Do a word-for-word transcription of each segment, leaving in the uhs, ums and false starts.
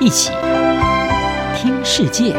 一起听世界。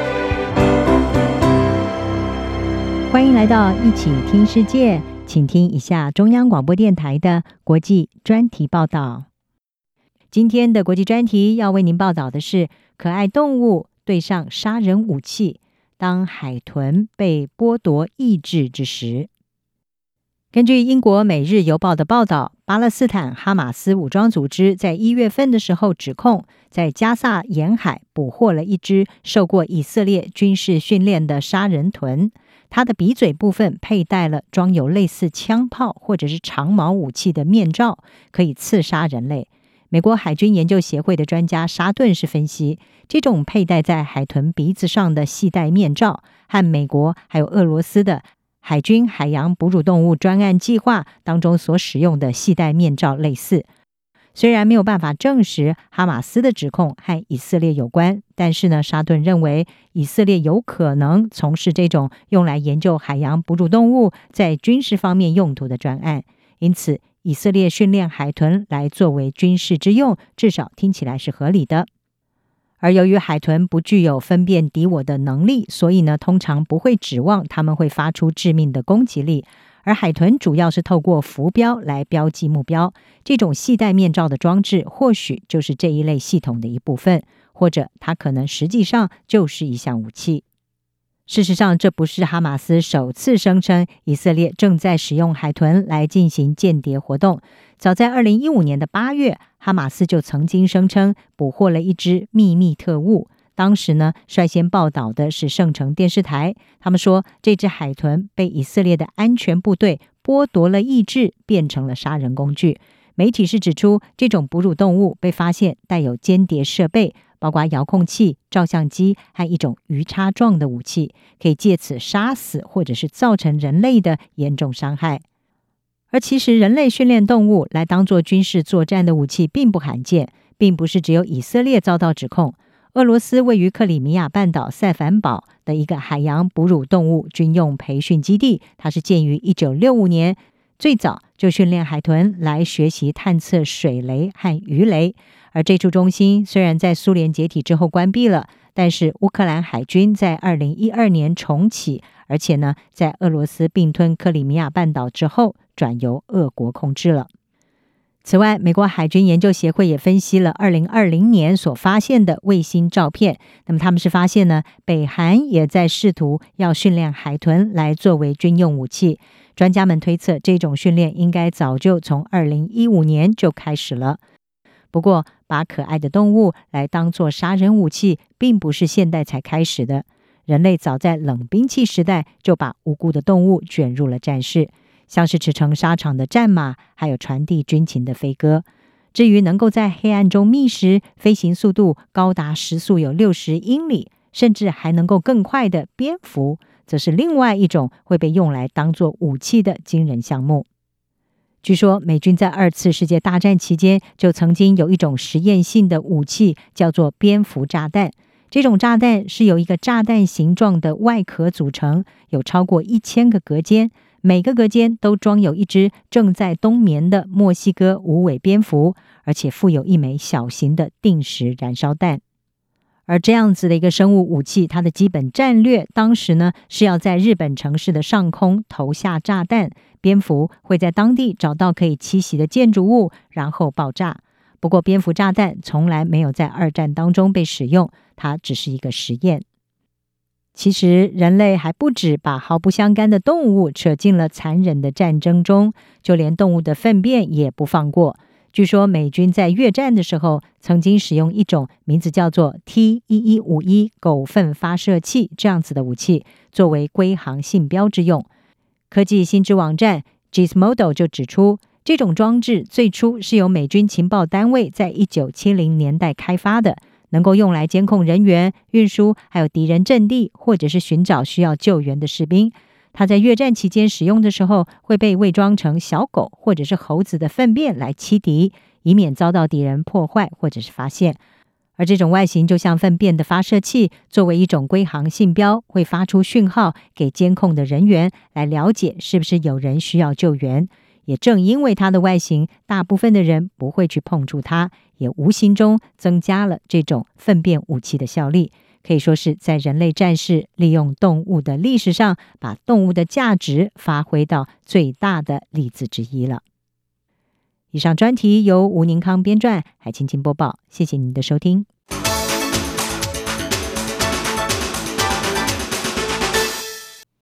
欢迎来到一起听世界，请听一下中央广播电台的国际专题报道。今天的国际专题要为您报道的是可爱动物对上杀人武器，当海豚被剥夺意志之时。根据英国《每日邮报》的报道，巴勒斯坦哈马斯武装组织在一月份的时候指控，在加萨沿海捕获了一只受过以色列军事训练的杀人豚，它的鼻嘴部分佩戴了装有类似枪炮或者是长矛武器的面罩，可以刺杀人类。美国海军研究协会的专家沙顿是分析，这种佩戴在海豚鼻子上的系带面罩和美国还有俄罗斯的海军海洋哺乳动物专案计划当中所使用的系带面罩类似。虽然没有办法证实哈马斯的指控和以色列有关，但是呢，沙顿认为以色列有可能从事这种用来研究海洋哺乳动物在军事方面用途的专案，因此以色列训练海豚来作为军事之用，至少听起来是合理的。而由于海豚不具有分辨敌我的能力，所以呢，通常不会指望它们会发出致命的攻击力。而海豚主要是透过浮标来标记目标，这种系带面罩的装置或许就是这一类系统的一部分，或者它可能实际上就是一项武器。事实上，这不是哈马斯首次声称以色列正在使用海豚来进行间谍活动。早在二零一五年的八月，哈马斯就曾经声称捕获了一只秘密特务。当时呢，率先报道的是圣城电视台，他们说这只海豚被以色列的安全部队剥夺了意志，变成了杀人工具。媒体是指出，这种哺乳动物被发现带有间谍设备，包括遥控器、照相机和一种鱼叉状的武器，可以借此杀死或者是造成人类的严重伤害。而其实人类训练动物来当作军事作战的武器并不罕见，并不是只有以色列遭到指控。俄罗斯位于克里米亚半岛塞凡堡的一个海洋哺乳动物军用培训基地，它是建于一九六五年，最早就训练海豚来学习探测水雷和鱼雷。而这处中心虽然在苏联解体之后关闭了，但是乌克兰海军在二零一二年重启，而且呢，在俄罗斯并吞克里米亚半岛之后，转由俄国控制了。此外，美国海军研究协会也分析了二零二零年所发现的卫星照片。那么他们是发现呢，北韩也在试图要训练海豚来作为军用武器。专家们推测，这种训练应该早就从二零一五年就开始了。不过，把可爱的动物来当作杀人武器，并不是现代才开始的。人类早在冷兵器时代就把无辜的动物卷入了战事，像是驰骋沙场的战马，还有传递军情的飞鸽。至于能够在黑暗中觅食，飞行速度高达时速有六十英里，甚至还能够更快的蝙蝠，则是另外一种会被用来当作武器的惊人项目。据说美军在二次世界大战期间就曾经有一种实验性的武器，叫做蝙蝠炸弹。这种炸弹是由一个炸弹形状的外壳组成，有超过一千个隔间，每个隔间都装有一只正在冬眠的墨西哥无尾蝙蝠，而且附有一枚小型的定时燃烧弹。而这样子的一个生物武器，它的基本战略当时呢是要在日本城市的上空投下炸弹，蝙蝠会在当地找到可以栖息的建筑物，然后爆炸。不过蝙蝠炸弹从来没有在二战当中被使用，它只是一个实验。其实人类还不止把毫不相干的动物扯进了残忍的战争中，就连动物的粪便也不放过。据说美军在越战的时候曾经使用一种名字叫做 T 一一五一 狗粪发射器这样子的武器，作为归航信标之用。科技新知网站 Gizmodo 就指出，这种装置最初是由美军情报单位在一九七零年代开发的，能够用来监控人员、运输，还有敌人阵地，或者是寻找需要救援的士兵。它在越战期间使用的时候，会被伪装成小狗或者是猴子的粪便来欺敌，以免遭到敌人破坏或者是发现。而这种外形就像粪便的发射器，作为一种归航信标，会发出讯号给监控的人员，来了解是不是有人需要救援。 也正因为它的外形，大部分的人不会去碰触它，也无形中增加了这种粪便武器的效力，可以说是在人类战士利用动物的历史上，把动物的价值发挥到最大的例子之一了。以上专题由吴宁康编撰，海清清播报，谢谢您的收听。